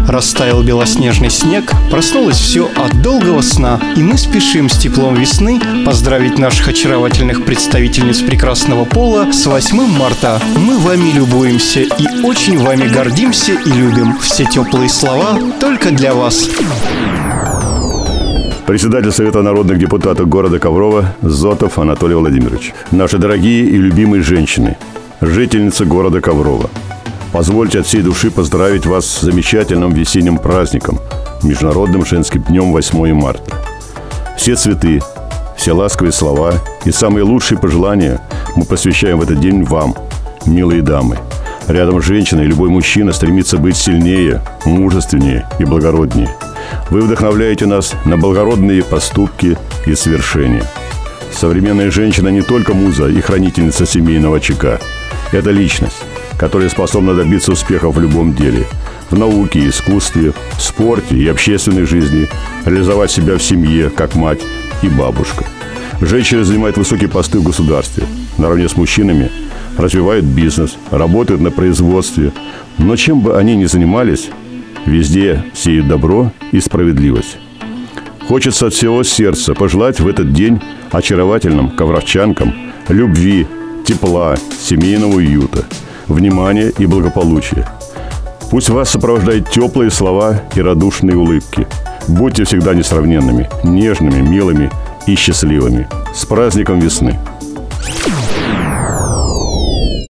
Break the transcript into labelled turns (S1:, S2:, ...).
S1: Растаял белоснежный снег, проснулось все от долгого сна. И мы спешим с теплом весны поздравить наших очаровательных представительниц прекрасного пола с 8 марта. Мы вами любуемся и очень вами гордимся и любим. Все теплые слова только для вас.
S2: Председатель Совета народных депутатов города Коврова Зотов Анатолий Владимирович. Наши дорогие и любимые женщины, жительницы города Коврова, позвольте от всей души поздравить вас с замечательным весенним праздником, Международным женским днем 8 марта. Все цветы, все ласковые слова и самые лучшие пожелания мы посвящаем в этот день вам, милые дамы. Рядом с женщиной любой мужчина стремится быть сильнее, мужественнее и благороднее. Вы вдохновляете нас на благородные поступки и свершения. Современная женщина не только муза и хранительница семейного очага. Это личность, которая способна добиться успеха в любом деле. В науке, искусстве, спорте и общественной жизни. Реализовать себя в семье, как мать и бабушка. Женщины занимают высокие посты в государстве. Наравне с мужчинами развивают бизнес, работают на производстве. Но чем бы они ни занимались, везде сеют добро и справедливость. Хочется от всего сердца пожелать в этот день очаровательным ковровчанкам любви, тепла, семейного уюта, внимания и благополучия. Пусть вас сопровождают теплые слова и радушные улыбки. Будьте всегда несравненными, нежными, милыми и счастливыми. С праздником весны!